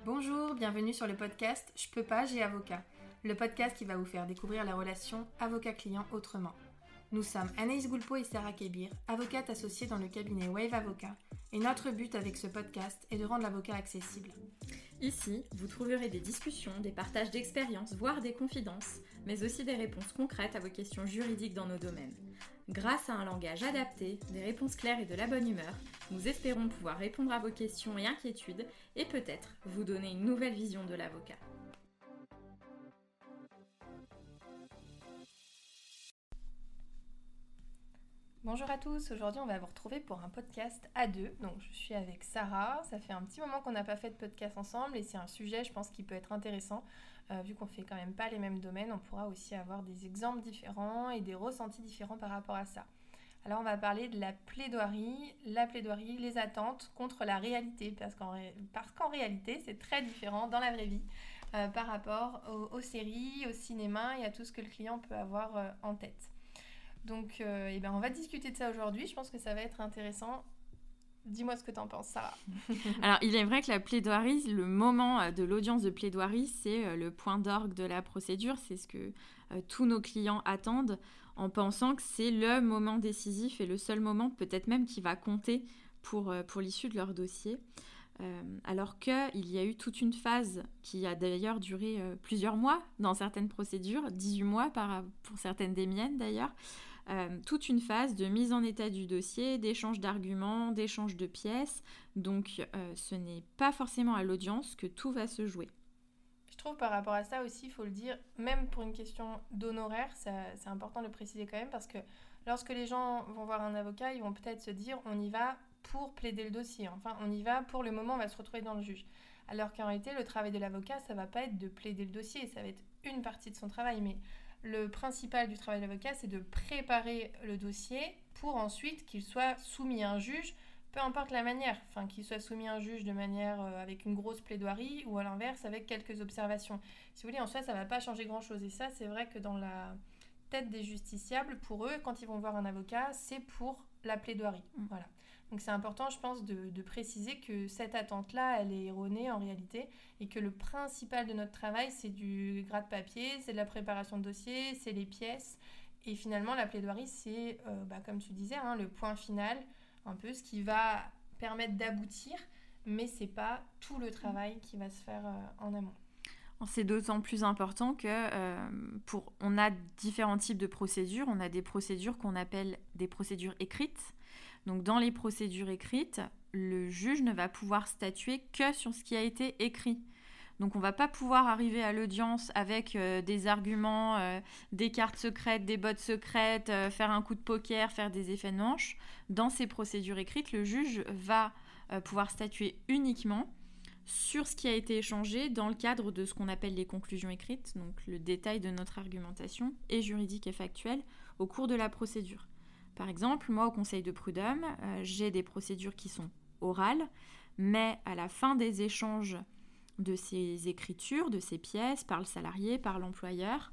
Bonjour, bienvenue sur le podcast Je peux pas, j'ai avocat, le podcast qui va vous faire découvrir la relation avocat-client autrement. Nous sommes Anaïs Goulpeau et Sarah Kébir, avocates associées dans le cabinet Wave Avocat, et notre but avec ce podcast est de rendre l'avocat accessible. Ici, vous trouverez des discussions, des partages d'expériences, voire des confidences, mais aussi des réponses concrètes à vos questions juridiques dans nos domaines. Grâce à un langage adapté, des réponses claires et de la bonne humeur, nous espérons pouvoir répondre à vos questions et inquiétudes et peut-être vous donner une nouvelle vision de l'avocat. Bonjour à tous, aujourd'hui on va vous retrouver pour un podcast à deux. Donc je suis avec Sarah, ça fait un petit moment qu'on n'a pas fait de podcast ensemble et c'est un sujet je pense qui peut être intéressant. Vu qu'on fait quand même pas les mêmes domaines, on pourra aussi avoir des exemples différents et des ressentis différents par rapport à ça. Alors on va parler de la plaidoirie, les attentes contre la réalité, parce qu'en réalité c'est très différent dans la vraie vie par rapport aux séries, au cinéma et à tout ce que le client peut avoir en tête. Donc on va discuter de ça aujourd'hui, je pense que ça va être intéressant. Dis-moi ce que t'en penses, Sarah. Alors, il est vrai que la plaidoirie, le moment de l'audience de plaidoirie, c'est le point d'orgue de la procédure. C'est ce que tous nos clients attendent en pensant que c'est le moment décisif et le seul moment peut-être même qui va compter pour l'issue de leur dossier. Alors qu'il y a eu toute une phase qui a d'ailleurs duré plusieurs mois dans certaines procédures, 18 mois pour certaines des miennes d'ailleurs, toute une phase de mise en état du dossier, d'échange d'arguments, d'échange de pièces. Donc ce n'est pas forcément à l'audience que tout va se jouer. Je trouve par rapport à ça aussi, il faut le dire, même pour une question d'honoraire, c'est important de le préciser quand même, parce que lorsque les gens vont voir un avocat, ils vont peut-être se dire on y va pour plaider le dossier, enfin on y va pour le moment, on va se retrouver dans le juge. Alors qu'en réalité, le travail de l'avocat, ça va pas être de plaider le dossier, ça va être une partie de son travail, mais le principal du travail de l'avocat, c'est de préparer le dossier pour ensuite qu'il soit soumis à un juge, peu importe la manière, enfin qu'il soit soumis à un juge de manière avec une grosse plaidoirie ou à l'inverse avec quelques observations. Si vous voulez, en soi, ça ne va pas changer grand-chose. Et ça, c'est vrai que dans la tête des justiciables, pour eux, quand ils vont voir un avocat, c'est pour la plaidoirie. Voilà. Donc c'est important, je pense, de préciser que cette attente-là, elle est erronée en réalité et que le principal de notre travail, c'est du gratte-papier, c'est de la préparation de dossier, c'est les pièces. Et finalement, la plaidoirie, c'est, comme tu disais, le point final, un peu ce qui va permettre d'aboutir, mais c'est pas tout le travail qui va se faire en amont. C'est d'autant plus important que on a différents types de procédures. On a des procédures qu'on appelle des procédures écrites. Donc dans les procédures écrites, le juge ne va pouvoir statuer que sur ce qui a été écrit. Donc on ne va pas pouvoir arriver à l'audience avec des arguments, des cartes secrètes, des bottes secrètes, faire un coup de poker, faire des effets de manche. Dans ces procédures écrites, le juge va pouvoir statuer uniquement sur ce qui a été échangé dans le cadre de ce qu'on appelle les conclusions écrites, donc le détail de notre argumentation et juridique et factuelle au cours de la procédure. Par exemple, moi au conseil de prud'homme, j'ai des procédures qui sont orales, mais à la fin des échanges de ces écritures, de ces pièces, par le salarié, par l'employeur,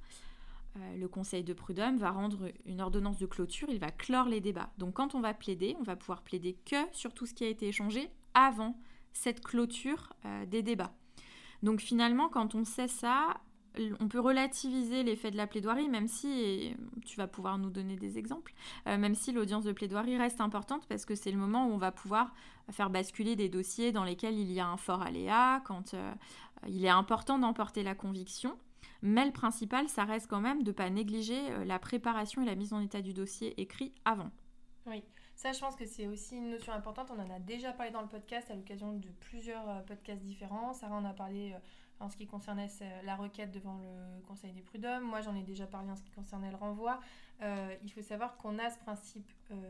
le conseil de prud'homme va rendre une ordonnance de clôture, il va clore les débats. Donc quand on va plaider, on va pouvoir plaider que sur tout ce qui a été échangé avant cette clôture des débats. Donc finalement, quand on sait ça, on peut relativiser l'effet de la plaidoirie, même si, et tu vas pouvoir nous donner des exemples, même si l'audience de plaidoirie reste importante parce que c'est le moment où on va pouvoir faire basculer des dossiers dans lesquels il y a un fort aléa, quand il est important d'emporter la conviction. Mais le principal, ça reste quand même de ne pas négliger la préparation et la mise en état du dossier écrit avant. Oui, ça je pense que c'est aussi une notion importante. On en a déjà parlé dans le podcast à l'occasion de plusieurs podcasts différents. Sarah en a parlé en ce qui concernait la requête devant le conseil des prud'hommes. Moi j'en ai déjà parlé en ce qui concernait le renvoi. Il faut savoir qu'on a ce principe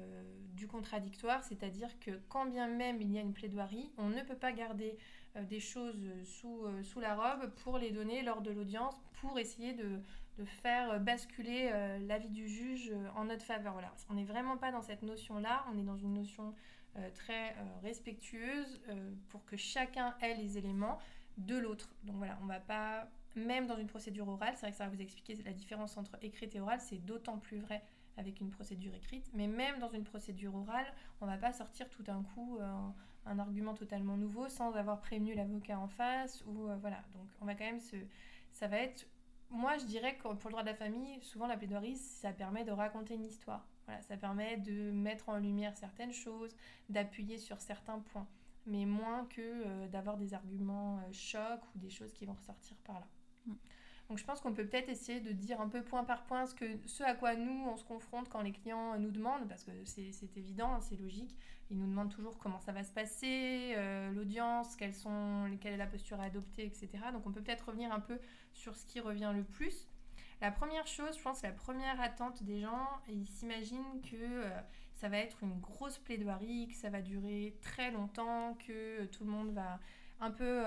du contradictoire, c'est-à-dire que quand bien même il y a une plaidoirie, on ne peut pas garder des choses sous la robe pour les donner lors de l'audience, pour essayer de faire basculer l'avis du juge en notre faveur. Voilà. On n'est vraiment pas dans cette notion-là, on est dans une notion très respectueuse pour que chacun ait les éléments de l'autre. Donc voilà, on ne va pas, même dans une procédure orale, c'est vrai que ça va vous expliquer la différence entre écrite et orale, c'est d'autant plus vrai avec une procédure écrite, mais même dans une procédure orale, on ne va pas sortir tout d'un coup un argument totalement nouveau sans avoir prévenu l'avocat en face. Ou voilà, donc on va quand même ça va être... Moi, je dirais que pour le droit de la famille, souvent la plaidoirie, ça permet de raconter une histoire. Voilà, ça permet de mettre en lumière certaines choses, d'appuyer sur certains points, mais moins que d'avoir des arguments chocs ou des choses qui vont ressortir par là. Donc je pense qu'on peut peut-être essayer de dire un peu point par point ce à quoi nous on se confronte quand les clients nous demandent, parce que c'est évident, c'est logique, ils nous demandent toujours comment ça va se passer, l'audience, quelle est la posture à adopter, etc. Donc on peut peut-être revenir un peu sur ce qui revient le plus. La première chose, je pense, la première attente des gens, ils s'imaginent que ça va être une grosse plaidoirie, que ça va durer très longtemps, que tout le monde va un peu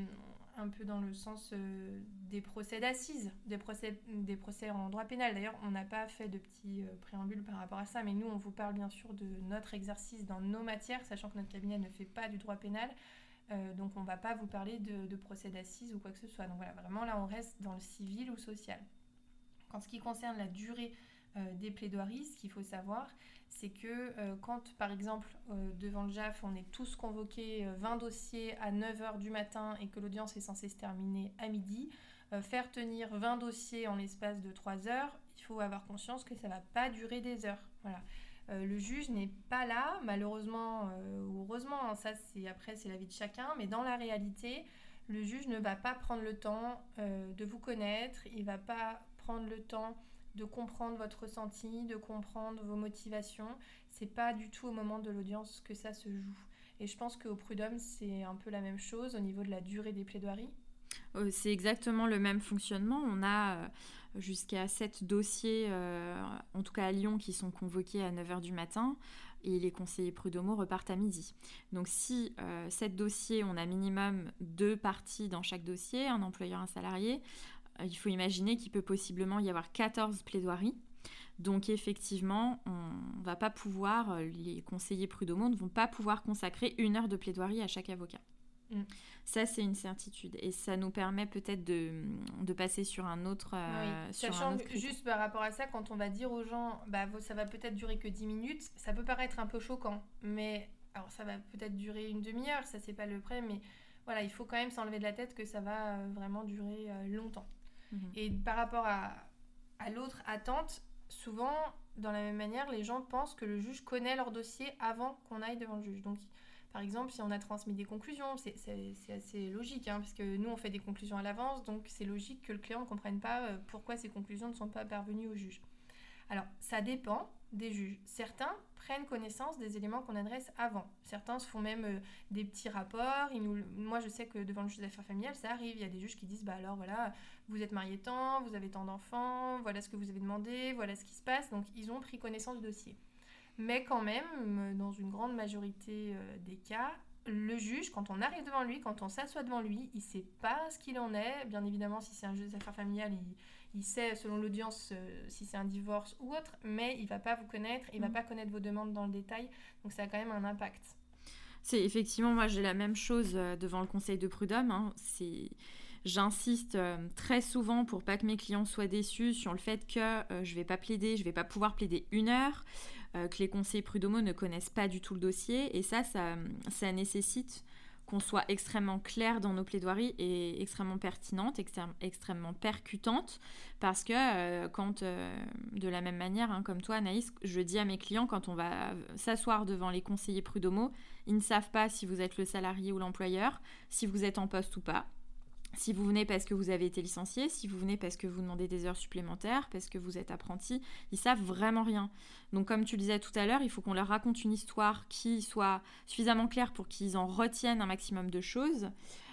dans le sens des procès d'assises, des procès en droit pénal. D'ailleurs, on n'a pas fait de petits préambules par rapport à ça, mais nous, on vous parle bien sûr de notre exercice dans nos matières, sachant que notre cabinet ne fait pas du droit pénal. Donc, on ne va pas vous parler de procès d'assises ou quoi que ce soit. Donc voilà, vraiment, là, on reste dans le civil ou social. En ce qui concerne la durée des plaidoiries, ce qu'il faut savoir, c'est que quand, par exemple, devant le JAF, on est tous convoqués 20 dossiers à 9h du matin et que l'audience est censée se terminer à midi, faire tenir 20 dossiers en l'espace de 3 heures, il faut avoir conscience que ça ne va pas durer des heures. Voilà. Le juge n'est pas là, malheureusement ou heureusement, ça c'est la vie de chacun, mais dans la réalité, le juge ne va pas prendre le temps de vous connaître, il ne va pas prendre le temps de comprendre votre ressenti, de comprendre vos motivations. C'est pas du tout au moment de l'audience que ça se joue. Et je pense qu'au prud'homme, c'est un peu la même chose au niveau de la durée des plaidoiries. C'est exactement le même fonctionnement. On a jusqu'à 7 dossiers, en tout cas à Lyon, qui sont convoqués à 9h du matin et les conseillers prud'homaux repartent à midi. Donc si 7 dossiers, on a minimum 2 parties dans chaque dossier, un employeur, un salarié, il faut imaginer qu'il peut possiblement y avoir 14 plaidoiries. Donc effectivement, on va pas pouvoir, les conseillers prud'homaux ne vont pas pouvoir consacrer 1 heure de plaidoirie à chaque avocat. Ça, c'est une certitude. Et ça nous permet peut-être de passer sur un autre Sachant que juste par rapport à ça, quand on va dire aux gens ça va peut-être durer que 10 minutes, ça peut paraître un peu choquant. Mais alors ça va peut-être durer une demi-heure, ça c'est pas le problème. Mais voilà, il faut quand même s'enlever de la tête que ça va vraiment durer longtemps. Et par rapport à l'autre attente, souvent, dans la même manière, les gens pensent que le juge connaît leur dossier avant qu'on aille devant le juge. Donc, par exemple, si on a transmis des conclusions, c'est assez logique, parce que nous, on fait des conclusions à l'avance, donc c'est logique que le client ne comprenne pas pourquoi ces conclusions ne sont pas parvenues au juge. Alors, ça dépend des juges. Certains prennent connaissance des éléments qu'on adresse avant. Certains se font même des petits rapports. Moi, je sais que devant le juge des affaires familiales, ça arrive. Il y a des juges qui disent, alors voilà, vous êtes marié tant, vous avez tant d'enfants, voilà ce que vous avez demandé, voilà ce qui se passe. Donc, ils ont pris connaissance du dossier. Mais quand même, dans une grande majorité des cas, le juge, quand on arrive devant lui, quand on s'assoit devant lui, il ne sait pas ce qu'il en est. Bien évidemment, si c'est un juge des affaires familiales, il sait, selon l'audience, si c'est un divorce ou autre, mais il ne va pas vous connaître, il ne va pas connaître vos demandes dans le détail, donc ça a quand même un impact. C'est effectivement, moi j'ai la même chose devant le conseil de prud'homme. J'insiste très souvent pour pas que mes clients soient déçus sur le fait que je vais pas plaider, je vais pas pouvoir plaider 1 heure, que les conseillers prud'homaux ne connaissent pas du tout le dossier, et ça nécessite qu'on soit extrêmement clair dans nos plaidoiries et extrêmement pertinente, extrêmement percutante, parce que quand, de la même manière, comme toi Anaïs, je dis à mes clients, quand on va s'asseoir devant les conseillers prud'homaux, ils ne savent pas si vous êtes le salarié ou l'employeur, si vous êtes en poste ou pas, si vous venez parce que vous avez été licencié, si vous venez parce que vous demandez des heures supplémentaires, parce que vous êtes apprenti, ils savent vraiment rien. Donc comme tu le disais tout à l'heure, il faut qu'on leur raconte une histoire qui soit suffisamment claire pour qu'ils en retiennent un maximum de choses,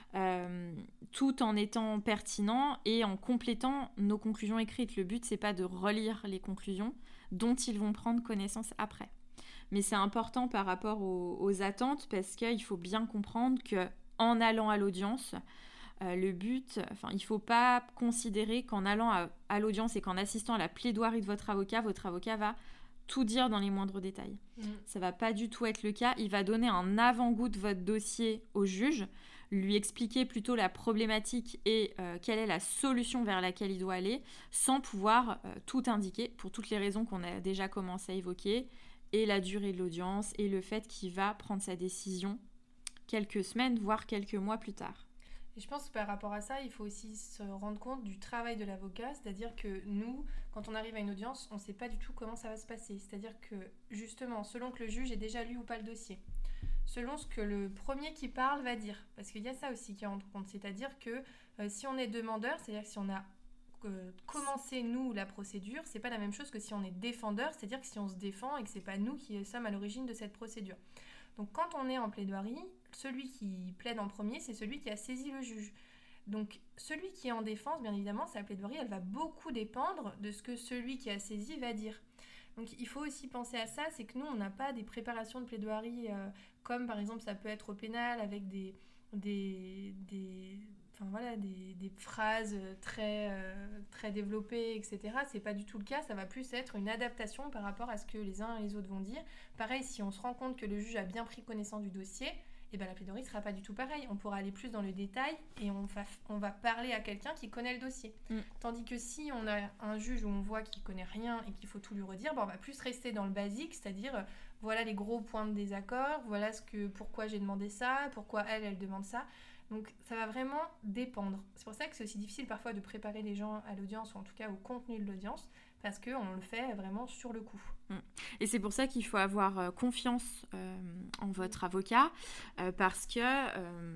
tout en étant pertinent et en complétant nos conclusions écrites. Le but, c'est pas de relire les conclusions dont ils vont prendre connaissance après. Mais c'est important par rapport aux attentes, parce qu'il faut bien comprendre qu'en allant à l'audience, le but, il ne faut pas considérer qu'en allant à l'audience et qu'en assistant à la plaidoirie de votre avocat va tout dire dans les moindres détails. Ça ne va pas du tout être le cas. Il va donner un avant-goût de votre dossier au juge, lui expliquer plutôt la problématique et quelle est la solution vers laquelle il doit aller, sans pouvoir tout indiquer, pour toutes les raisons qu'on a déjà commencé à évoquer, et la durée de l'audience, et le fait qu'il va prendre sa décision quelques semaines, voire quelques mois plus tard. Et je pense que par rapport à ça, il faut aussi se rendre compte du travail de l'avocat, c'est-à-dire que nous, quand on arrive à une audience, on ne sait pas du tout comment ça va se passer. C'est-à-dire que justement, selon que le juge ait déjà lu ou pas le dossier, selon ce que le premier qui parle va dire, parce qu'il y a ça aussi qui rentre en compte, c'est-à-dire que si on est demandeur, c'est-à-dire que si on a commencé nous la procédure, c'est pas la même chose que si on est défendeur, c'est-à-dire que si on se défend et que c'est pas nous qui sommes à l'origine de cette procédure. Donc quand on est en plaidoirie, celui qui plaide en premier, c'est celui qui a saisi le juge. Donc celui qui est en défense, bien évidemment, sa plaidoirie, elle va beaucoup dépendre de ce que celui qui a saisi va dire. Donc il faut aussi penser à ça, c'est que nous, on n'a pas des préparations de plaidoirie comme par exemple ça peut être au pénal avec des phrases très développées, etc. C'est pas du tout le cas, ça va plus être une adaptation par rapport à ce que les uns et les autres vont dire. Pareil, si on se rend compte que le juge a bien pris connaissance du dossier, et ben la plaidoirie ne sera pas du tout pareil. On pourra aller plus dans le détail et on va parler à quelqu'un qui connaît le dossier. Tandis que si on a un juge où on voit qu'il connaît rien et qu'il faut tout lui redire, on va plus rester dans le basique, c'est-à-dire voilà les gros points de désaccord, voilà pourquoi j'ai demandé ça, pourquoi elle demande ça. Donc ça va vraiment dépendre. C'est pour ça que c'est aussi difficile parfois de préparer les gens à l'audience ou en tout cas au contenu de l'audience parce qu'on le fait vraiment sur le coup. Et c'est pour ça qu'il faut avoir confiance en votre avocat parce que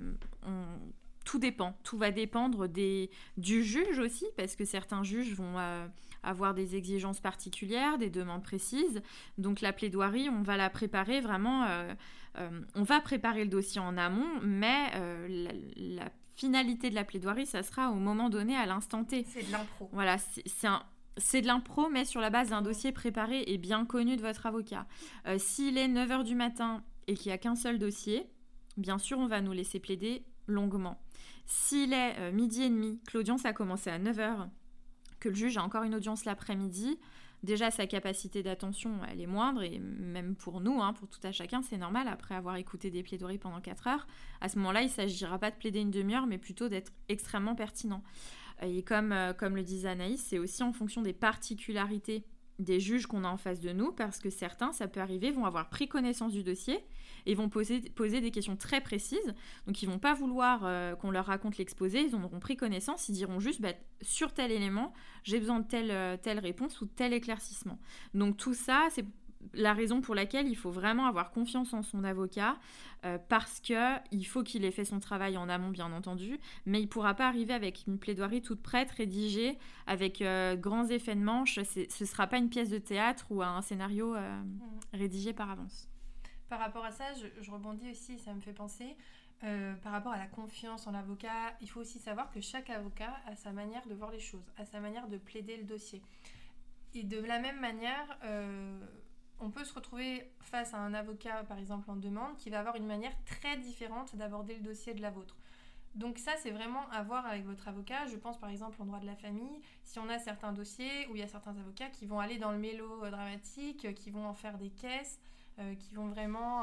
tout dépend. Tout va dépendre du juge aussi parce que certains juges vont avoir des exigences particulières, des demandes précises. Donc la plaidoirie, on va la préparer vraiment... on va préparer le dossier en amont, mais la finalité de la plaidoirie, ça sera au moment donné, à l'instant T. C'est de l'impro. Voilà, c'est de l'impro, mais sur la base d'un dossier préparé et bien connu de votre avocat. S'il est 9h du matin et qu'il n'y a qu'un seul dossier, bien sûr, on va nous laisser plaider longuement. S'il est midi et demi, que l'audience a commencé à 9h, que le juge a encore une audience l'après-midi, déjà sa capacité d'attention, elle est moindre, et même pour nous, pour tout à chacun, c'est normal, après avoir écouté des plaidoiries pendant 4 heures, à ce moment-là, il ne s'agira pas de plaider une demi-heure, mais plutôt d'être extrêmement pertinent. Et comme le disait Anaïs, c'est aussi en fonction des particularités des juges qu'on a en face de nous, parce que certains, ça peut arriver, vont avoir pris connaissance du dossier et vont poser des questions très précises. Donc, ils ne vont pas vouloir qu'on leur raconte l'exposé, ils en auront pris connaissance, ils diront juste, sur tel élément, j'ai besoin de telle réponse ou tel éclaircissement. Donc, tout ça, c'est la raison pour laquelle il faut vraiment avoir confiance en son avocat parce qu'il faut qu'il ait fait son travail en amont, bien entendu, mais il ne pourra pas arriver avec une plaidoirie toute prête, rédigée, avec grands effets de manche. Ce ne sera pas une pièce de théâtre ou un scénario rédigé par avance. Par rapport à ça, je rebondis aussi, ça me fait penser, par rapport à la confiance en l'avocat, il faut aussi savoir que chaque avocat a sa manière de voir les choses, a sa manière de plaider le dossier. Et de la même manière... on peut se retrouver face à un avocat, par exemple en demande, qui va avoir une manière très différente d'aborder le dossier de la vôtre. Donc ça, c'est vraiment à voir avec votre avocat. Je pense par exemple en droit de la famille, si on a certains dossiers où il y a certains avocats qui vont aller dans le mélodramatique, qui vont en faire des caisses, qui vont vraiment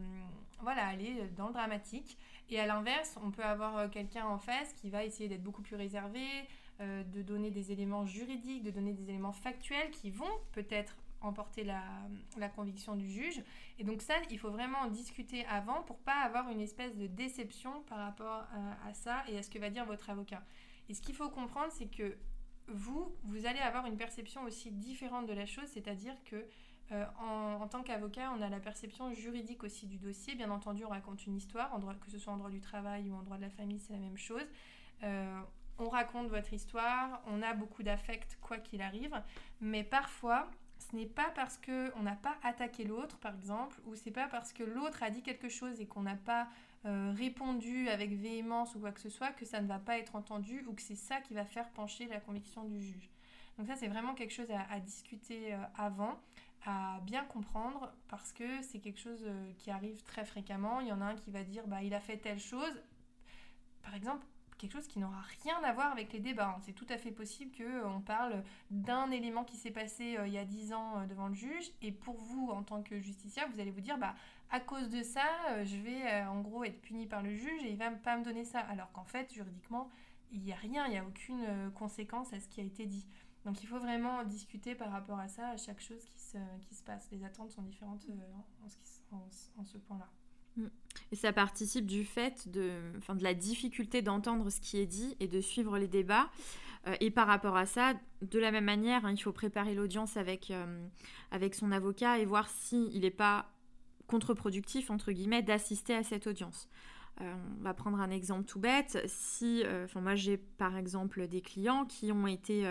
aller dans le dramatique. Et à l'inverse, on peut avoir quelqu'un en face qui va essayer d'être beaucoup plus réservé, de donner des éléments juridiques, de donner des éléments factuels qui vont peut-être emporter la conviction du juge. Et donc ça, il faut vraiment en discuter avant pour pas avoir une espèce de déception par rapport à ça et à ce que va dire votre avocat. Et ce qu'il faut comprendre, c'est que vous allez avoir une perception aussi différente de la chose, c'est-à-dire que en tant qu'avocat, on a la perception juridique aussi du dossier. Bien entendu, on raconte une histoire, que ce soit en droit du travail ou en droit de la famille, c'est la même chose. On raconte votre histoire, on a beaucoup d'affect quoi qu'il arrive, mais parfois... ce n'est pas parce qu'on n'a pas attaqué l'autre, par exemple, ou c'est pas parce que l'autre a dit quelque chose et qu'on n'a pas répondu avec véhémence ou quoi que ce soit que ça ne va pas être entendu ou que c'est ça qui va faire pencher la conviction du juge. Donc ça, c'est vraiment quelque chose à discuter avant, à bien comprendre, parce que c'est quelque chose qui arrive très fréquemment. Il y en a un qui va dire il a fait telle chose, par exemple, quelque chose qui n'aura rien à voir avec les débats. C'est tout à fait possible qu'on parle d'un élément qui s'est passé il y a 10 ans devant le juge, et pour vous, en tant que justiciable, vous allez vous dire, à cause de ça, je vais en gros être puni par le juge et il va pas me donner ça. Alors qu'en fait, juridiquement, il n'y a rien, il n'y a aucune conséquence à ce qui a été dit. Donc il faut vraiment discuter par rapport à ça, à chaque chose qui se passe. Les attentes sont différentes en ce point-là. Et ça participe du fait de la difficulté d'entendre ce qui est dit et de suivre les débats. Et par rapport à ça, de la même manière, il faut préparer l'audience avec son avocat et voir s'il n'est pas contre-productif, entre guillemets, d'assister à cette audience. On va prendre un exemple tout bête. Moi, j'ai par exemple des clients qui ont été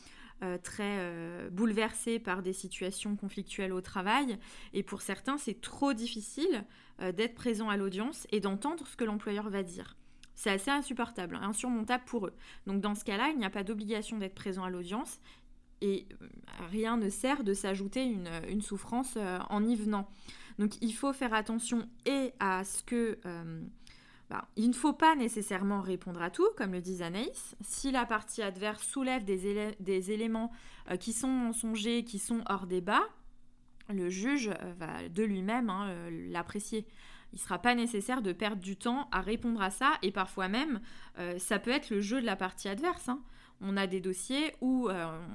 très bouleversés par des situations conflictuelles au travail. Et pour certains, c'est trop difficile d'être présent à l'audience et d'entendre ce que l'employeur va dire. C'est assez insupportable, insurmontable pour eux. Donc dans ce cas-là, il n'y a pas d'obligation d'être présent à l'audience et rien ne sert de s'ajouter une souffrance en y venant. Donc il faut faire attention et à ce que... il ne faut pas nécessairement répondre à tout, comme le dit Anaïs. Si la partie adverse soulève des éléments qui sont mensongers, qui sont hors débat, le juge va de lui-même l'apprécier. Il ne sera pas nécessaire de perdre du temps à répondre à ça, et parfois même, ça peut être le jeu de la partie adverse. On a des dossiers où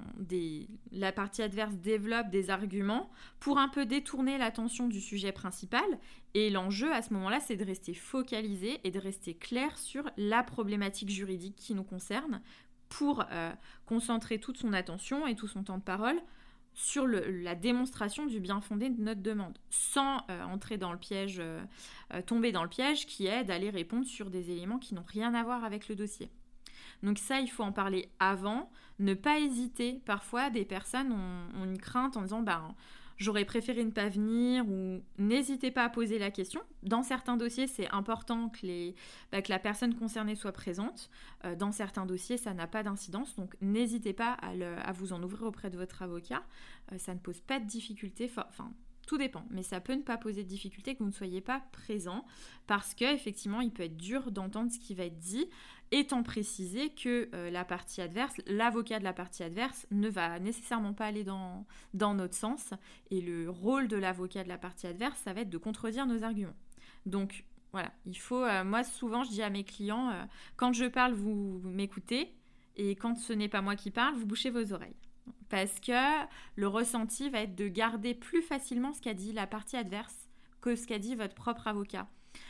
la partie adverse développe des arguments pour un peu détourner l'attention du sujet principal. Et l'enjeu à ce moment-là, c'est de rester focalisé et de rester clair sur la problématique juridique qui nous concerne pour concentrer toute son attention et tout son temps de parole sur la démonstration du bien fondé de notre demande, sans entrer dans le piège, tomber dans le piège qui est d'aller répondre sur des éléments qui n'ont rien à voir avec le dossier. Donc ça, il faut en parler avant, ne pas hésiter. Parfois, des personnes ont une crainte en disant j'aurais préféré ne pas venir, ou n'hésitez pas à poser la question. Dans certains dossiers, c'est important que la personne concernée soit présente. Dans certains dossiers, ça n'a pas d'incidence, donc n'hésitez pas à vous en ouvrir auprès de votre avocat. Ça ne pose pas de difficulté. Tout dépend, mais ça peut ne pas poser de difficulté que vous ne soyez pas présent, parce qu'effectivement, il peut être dur d'entendre ce qui va être dit, étant précisé que l'avocat de la partie adverse ne va nécessairement pas aller dans notre sens, et le rôle de l'avocat de la partie adverse, ça va être de contredire nos arguments. Donc voilà, il faut, moi souvent je dis à mes clients, quand je parle, vous m'écoutez, et quand ce n'est pas moi qui parle, vous bouchez vos oreilles. Parce que le ressenti va être de garder plus facilement ce qu'a dit la partie adverse que ce qu'a dit votre propre avocat.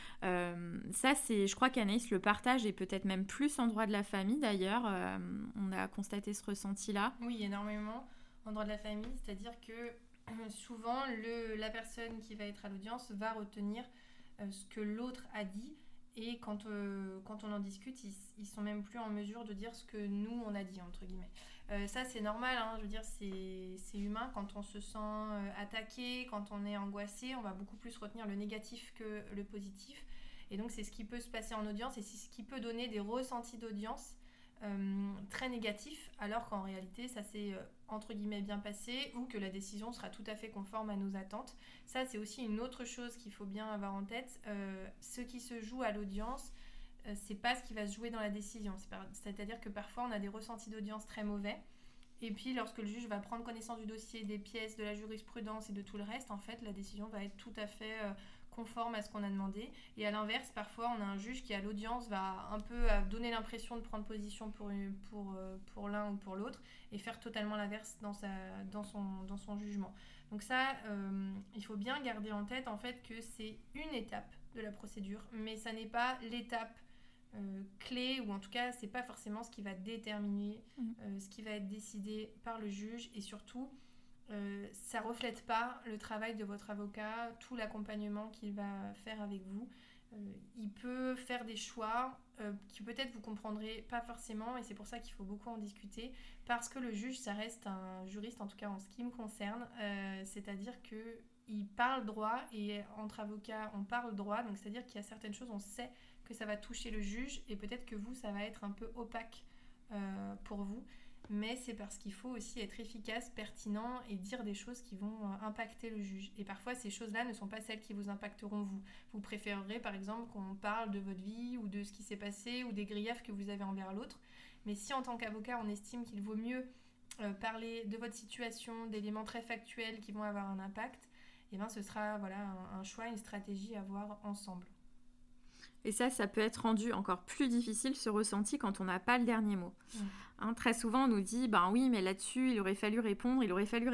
Ça, je crois qu'Anaïs le partage, et peut-être même plus en droit de la famille d'ailleurs. On a constaté ce ressenti-là. Oui, énormément en droit de la famille, c'est-à-dire que souvent la personne qui va être à l'audience va retenir ce que l'autre a dit, et quand on en discute, ils sont même plus en mesure de dire ce que nous on a dit, entre guillemets. Ça, c'est normal, je veux dire, c'est humain. Quand on se sent attaqué, quand on est angoissé, on va beaucoup plus retenir le négatif que le positif. Et donc, c'est ce qui peut se passer en audience, et c'est ce qui peut donner des ressentis d'audience très négatifs, alors qu'en réalité, ça s'est entre guillemets bien passé, ou que la décision sera tout à fait conforme à nos attentes. Ça, c'est aussi une autre chose qu'il faut bien avoir en tête. Ce qui se joue à l'audience, c'est pas ce qui va se jouer dans la décision. C'est-à-dire que parfois on a des ressentis d'audience très mauvais, et puis lorsque le juge va prendre connaissance du dossier, des pièces, de la jurisprudence et de tout le reste, en fait la décision va être tout à fait conforme à ce qu'on a demandé. Et à l'inverse, parfois on a un juge qui à l'audience va un peu donner l'impression de prendre position pour l'un ou pour l'autre, et faire totalement l'inverse dans son jugement. Donc ça, il faut bien garder en tête en fait que c'est une étape de la procédure, mais ça n'est pas l'étape clé, ou en tout cas c'est pas forcément ce qui va déterminer ce qui va être décidé par le juge. Et surtout ça reflète pas le travail de votre avocat, tout l'accompagnement qu'il va faire avec vous. Il peut faire des choix qui peut-être vous comprendrez pas forcément, et c'est pour ça qu'il faut beaucoup en discuter, parce que le juge, ça reste un juriste, en tout cas en ce qui me concerne, c'est-à-dire que il parle droit, et entre avocats on parle droit, donc c'est-à-dire qu'il y a certaines choses, on sait que ça va toucher le juge, et peut-être que vous, ça va être un peu opaque pour vous, mais c'est parce qu'il faut aussi être efficace, pertinent, et dire des choses qui vont impacter le juge. Et parfois, ces choses-là ne sont pas celles qui vous impacteront vous. Vous préférerez, par exemple, qu'on parle de votre vie, ou de ce qui s'est passé, ou des griefs que vous avez envers l'autre. Mais si en tant qu'avocat, on estime qu'il vaut mieux parler de votre situation, d'éléments très factuels qui vont avoir un impact, et bien ce sera un choix, une stratégie à voir ensemble. Et ça peut être rendu encore plus difficile, ce ressenti, quand on n'a pas le dernier mot. Très souvent, on nous dit, oui, mais là-dessus, il aurait fallu répondre.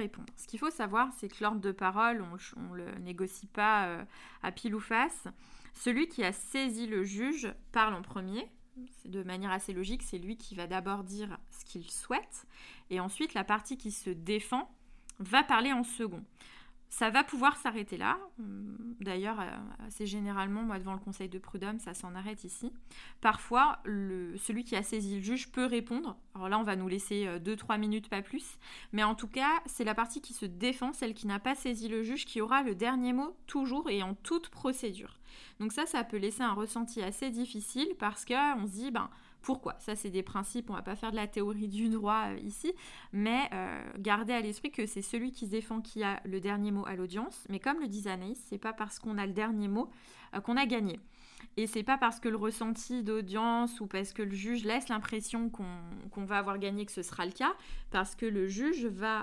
Ce qu'il faut savoir, c'est que l'ordre de parole, on ne le négocie pas à pile ou face. Celui qui a saisi le juge parle en premier. C'est de manière assez logique, c'est lui qui va d'abord dire ce qu'il souhaite. Et ensuite, la partie qui se défend va parler en second. Ça va pouvoir s'arrêter là. D'ailleurs, assez généralement, moi, devant le conseil de prud'homme, ça s'en arrête ici. Parfois, celui qui a saisi le juge peut répondre. Alors là, on va nous laisser 2-3 minutes, pas plus. Mais en tout cas, c'est la partie qui se défend, celle qui n'a pas saisi le juge, qui aura le dernier mot toujours et en toute procédure. Donc ça peut laisser un ressenti assez difficile parce qu'on se dit, pourquoi ? Ça, c'est des principes, on ne va pas faire de la théorie du droit ici, mais gardez à l'esprit que c'est celui qui se défend qui a le dernier mot à l'audience. Mais comme le disait Anaïs, c'est pas parce qu'on a le dernier mot qu'on a gagné. Et c'est pas parce que le ressenti d'audience ou parce que le juge laisse l'impression qu'on va avoir gagné que ce sera le cas, parce que le juge va,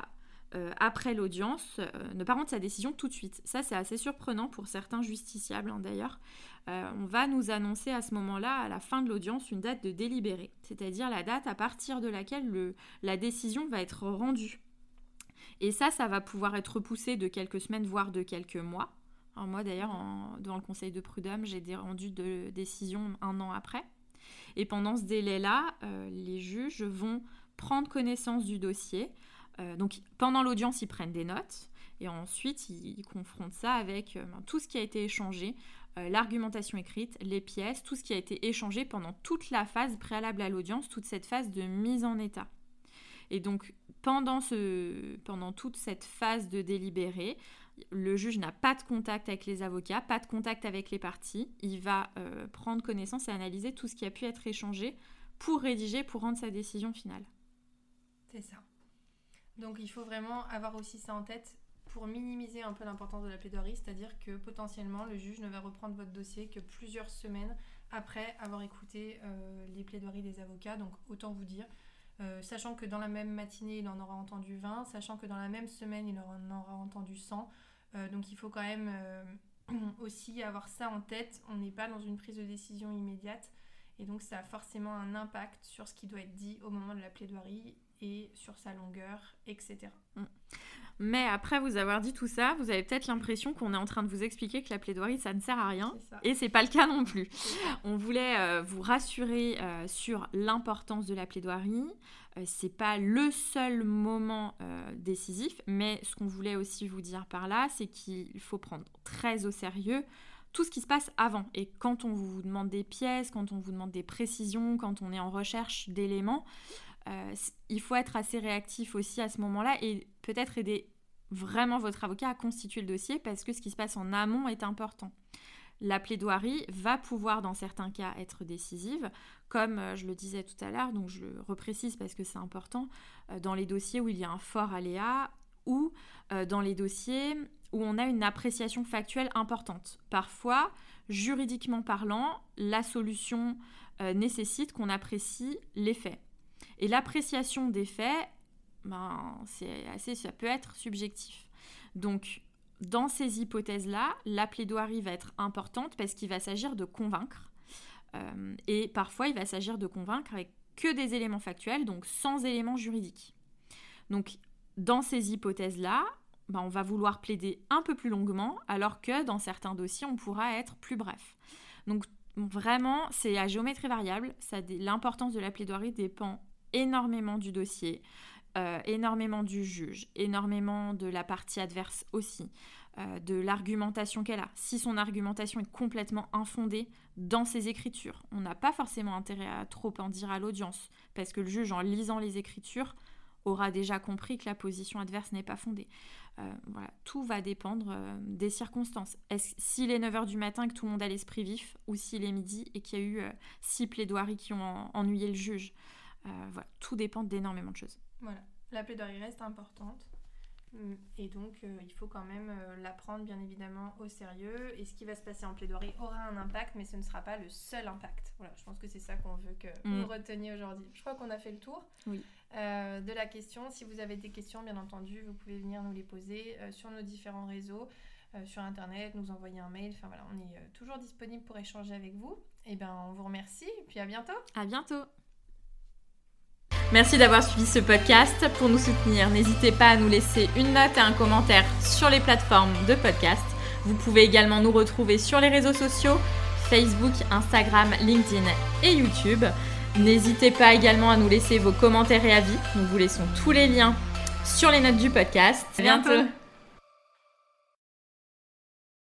après l'audience, ne pas rendre sa décision tout de suite. Ça, c'est assez surprenant pour certains justiciables, d'ailleurs. On va nous annoncer à ce moment-là, à la fin de l'audience, une date de délibéré, c'est-à-dire la date à partir de laquelle la décision va être rendue. Et ça va pouvoir être repoussé de quelques semaines, voire de quelques mois. Alors moi, d'ailleurs, devant le conseil de prud'homme, j'ai rendu de décision 1 an après. Et pendant ce délai-là, les juges vont prendre connaissance du dossier. Donc, pendant l'audience, ils prennent des notes. Et ensuite, ils confrontent ça avec tout ce qui a été échangé, l'argumentation écrite, les pièces, tout ce qui a été échangé pendant toute la phase préalable à l'audience, toute cette phase de mise en état. Et donc, pendant toute cette phase de délibéré, le juge n'a pas de contact avec les avocats, pas de contact avec les parties. Il va prendre connaissance et analyser tout ce qui a pu être échangé pour rendre sa décision finale. C'est ça. Donc, il faut vraiment avoir aussi ça en tête pour minimiser un peu l'importance de la plaidoirie, c'est-à-dire que potentiellement, le juge ne va reprendre votre dossier que plusieurs semaines après avoir écouté les plaidoiries des avocats. Donc, autant vous dire, sachant que dans la même matinée, il en aura entendu 20, sachant que dans la même semaine, il en aura entendu 100. Donc, il faut quand même aussi avoir ça en tête. On n'est pas dans une prise de décision immédiate. Et donc, ça a forcément un impact sur ce qui doit être dit au moment de la plaidoirie et sur sa longueur, etc. Mais après vous avoir dit tout ça, vous avez peut-être l'impression qu'on est en train de vous expliquer que la plaidoirie, ça ne sert à rien. Et c'est pas le cas non plus. On voulait vous rassurer sur l'importance de la plaidoirie. C'est pas le seul moment décisif, mais ce qu'on voulait aussi vous dire par là, c'est qu'il faut prendre très au sérieux tout ce qui se passe avant. Et quand on vous demande des pièces, quand on vous demande des précisions, quand on est en recherche d'éléments, il faut être assez réactif aussi à ce moment-là et peut-être aider vraiment votre avocat à constituer le dossier parce que ce qui se passe en amont est important. La plaidoirie va pouvoir dans certains cas être décisive, comme je le disais tout à l'heure, donc je le reprécise parce que c'est important, dans les dossiers où il y a un fort aléa ou dans les dossiers où on a une appréciation factuelle importante. Parfois, juridiquement parlant, la solution nécessite qu'on apprécie les faits. Et l'appréciation des faits, ça peut être subjectif. Donc, dans ces hypothèses-là, la plaidoirie va être importante parce qu'il va s'agir de convaincre. Et parfois, il va s'agir de convaincre avec que des éléments factuels, donc sans éléments juridiques. Donc, dans ces hypothèses-là, on va vouloir plaider un peu plus longuement, alors que dans certains dossiers, on pourra être plus bref. Donc, vraiment, c'est à géométrie variable. L'importance de la plaidoirie dépend énormément du dossier, énormément du juge, énormément de la partie adverse aussi, de l'argumentation qu'elle a. Si son argumentation est complètement infondée dans ses écritures, on n'a pas forcément intérêt à trop en dire à l'audience, parce que le juge, en lisant les écritures, aura déjà compris que la position adverse n'est pas fondée. Voilà, tout va dépendre des circonstances. S'il est 9h du matin que tout le monde a l'esprit vif, ou s'il est midi et qu'il y a eu 6 plaidoiries qui ont ennuyé le juge. Voilà, tout dépend d'énormément de choses. Voilà, la plaidoirie reste importante et donc il faut quand même la prendre bien évidemment au sérieux et ce qui va se passer en plaidoirie aura un impact mais ce ne sera pas le seul impact. Voilà, je pense que c'est ça qu'on veut que vous reteniez aujourd'hui. Je crois qu'on a fait le tour de la question. Si vous avez des questions, bien entendu, vous pouvez venir nous les poser sur nos différents réseaux, sur internet, nous envoyer un mail. Enfin voilà, on est toujours disponible pour échanger avec vous. Et on vous remercie et puis à bientôt. À bientôt. Merci d'avoir suivi ce podcast. Pour nous soutenir, n'hésitez pas à nous laisser une note et un commentaire sur les plateformes de podcast. Vous pouvez également nous retrouver sur les réseaux sociaux, Facebook, Instagram, LinkedIn et YouTube. N'hésitez pas également à nous laisser vos commentaires et avis. Nous vous laissons tous les liens sur les notes du podcast. À bientôt.